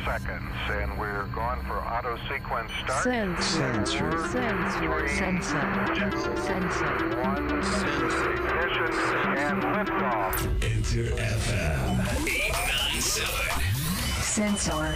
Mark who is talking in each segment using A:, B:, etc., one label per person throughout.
A: seconds, and we're going for auto sequence start.
B: Sensor.
A: One, ignition, and liftoff.
C: Enter FM 897.
B: Sensor.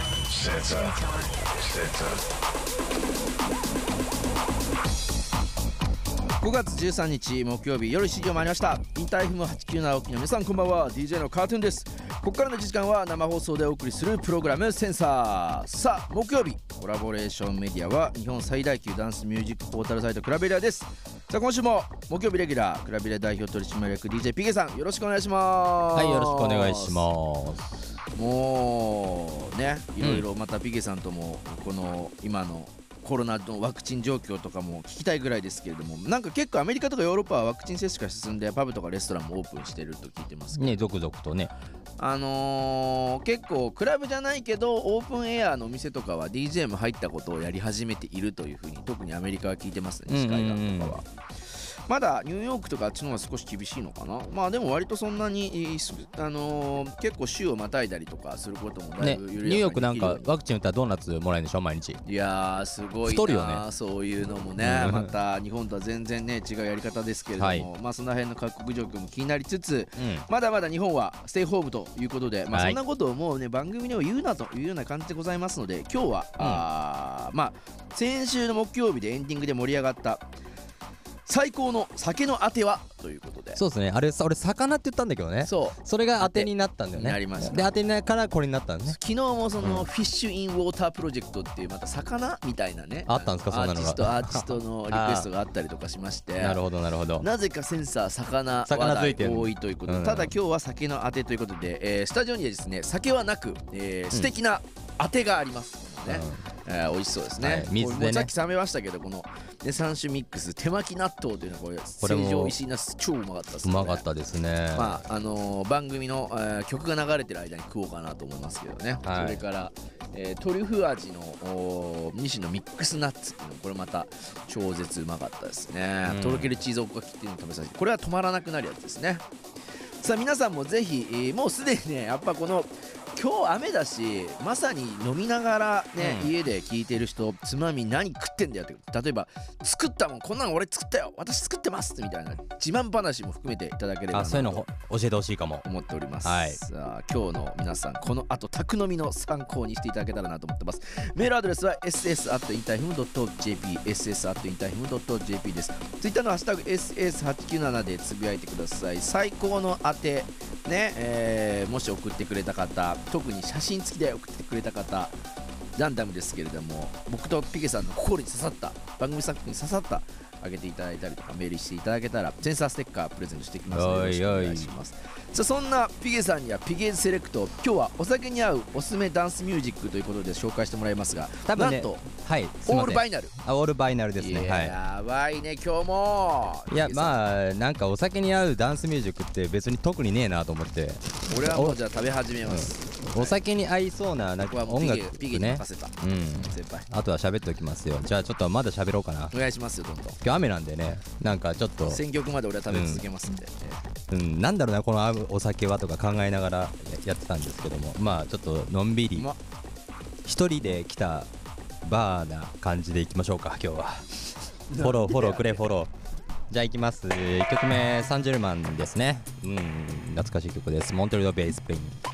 D: 5月13日木曜日夜7時を回りました。インターFM897沖の皆さんこんばんは。 DJ のカートゥーンです。ここからの1時間は生放送でお送りするプログラムセンサー。さあ木曜日コラボレーションメディアは日本最大級ダンスミュージックポータルサイトクラビリアです。さあ今週も木曜日レギュラークラビリア代表取締役 DJ ピゲさんよろしくお願いします。
E: はい、よろしくお願いします。
D: もうねいろいろまたピゲさんともこの今のコロナのワクチン状況とかも聞きたいぐらいですけれども、なんか結構アメリカとかヨーロッパはワクチン接種が進んでパブとかレストランもオープンしてると聞いてますけど
E: ね、続々とね、
D: 結構クラブじゃないけどオープンエアのお店とかは DJ も入ったことをやり始めているというふうに特にアメリカは聞いてますね。西海岸とかはまだニューヨークとかあっちの方が少し厳しいのかな。まあでも割とそんなに、結構週をまたいだりとかすることもだいぶ緩やかにできるように、
E: ニューヨークなんかワクチン打ったらドーナツもらえるんでしょ毎日。
D: いやーすごいな。
E: 太るよね
D: そういうのもねまた日本とは全然ね違うやり方ですけれども、はい、まあその辺の各国状況も気になりつつ、まだまだ日本はステイホームということで、まあそんなことをもうね番組でも言うなというような感じでございますので、今日は、まあ先週の木曜日でエンディングで盛り上がった最高の酒のあてはということで。
E: そうですね、あれ俺魚って言ったんだけどね。それがあてになったんだよね。
D: なりました。
E: であてになからこれになったんですね。
D: 昨日もそのフィッシュインウォータープロジェクトっていうまた魚みたいなね
E: あったんですか。そんなのが
D: アーティストのリクエストがあったりとかしまして
E: なるほどなるほど。
D: なぜかセンサー魚話題多いということで、ただ今日は酒のあてということで、スタジオにはですね酒はなく、素敵なあてがありますね。美味しそうですね。
E: 水でね。
D: さっき冷めましたけどこの3種ミックス手巻き納豆というのはこれ成城石井ナス超うまかったですね。
E: うまかったですね。
D: まあ番組の、曲が流れてる間に食おうかなと思いますけどね、それから、トリュフ味の2種のミックスナッツっていうのこれまた超絶うまかったですね。とろけるチーズおかきっていうのを食べさせてこれは止まらなくなるやつですね。さあ皆さんもぜひ、もうすでにねやっぱこの今日雨だしまさに飲みながらね、家で聞いてる人つまみ何食ってんだよって例えば作ったもんこんなの俺作ったよ私作ってますみたいな自慢話も含めていただければなと
E: そういうの教えてほしいかも
D: 思っております。
E: はい、
D: さあ今日の皆さんこの後宅飲みの参考にしていただけたらなと思ってます。メールアドレスは ss@intime.jp ss@intime.jp です。ツイッターのハッシュタグ ss897 でつぶやいてください。最高の当てね、もし送ってくれた方特に写真付きで送ってくれた方ランダムですけれども僕とピケさんの心に刺さった番組作品に刺さったあげていただいたりとかメールしていただけたらセンサーステッカープレゼントしていきますのでよろしくお願いします。さあそんなピゲさんにはピゲセレクト今日はお酒に合うおすすめダンスミュージックということで紹介してもらいますが多分、ね、なんと、
E: はい、
D: オールバイナル
E: オールバイナルですね。
D: やばいね今日も。
E: いやまあなんかお酒に合うダンスミュージックって別に特にねえなと思って
D: 俺はもうじゃあ食べ始めます、
E: お酒に合いそうななんか音楽
D: ピゲに任せた、先輩
E: あとは喋っておきますよ。じゃあちょっとまだ喋ろうかな。
D: お願いしますよどんどん。
E: 今日雨なんでねなんかちょっと
D: 選曲まで俺は食べ続けますんで、
E: なんだろうなこのお酒はとか考えながらやってたんですけどもまあちょっとのんびり一人で来たバーな感じでいきましょうか今日は。フォローくれフォロー。じゃあいきます。1曲目サンジェルマンですね。懐かしい曲です。モントリオベイスペイン。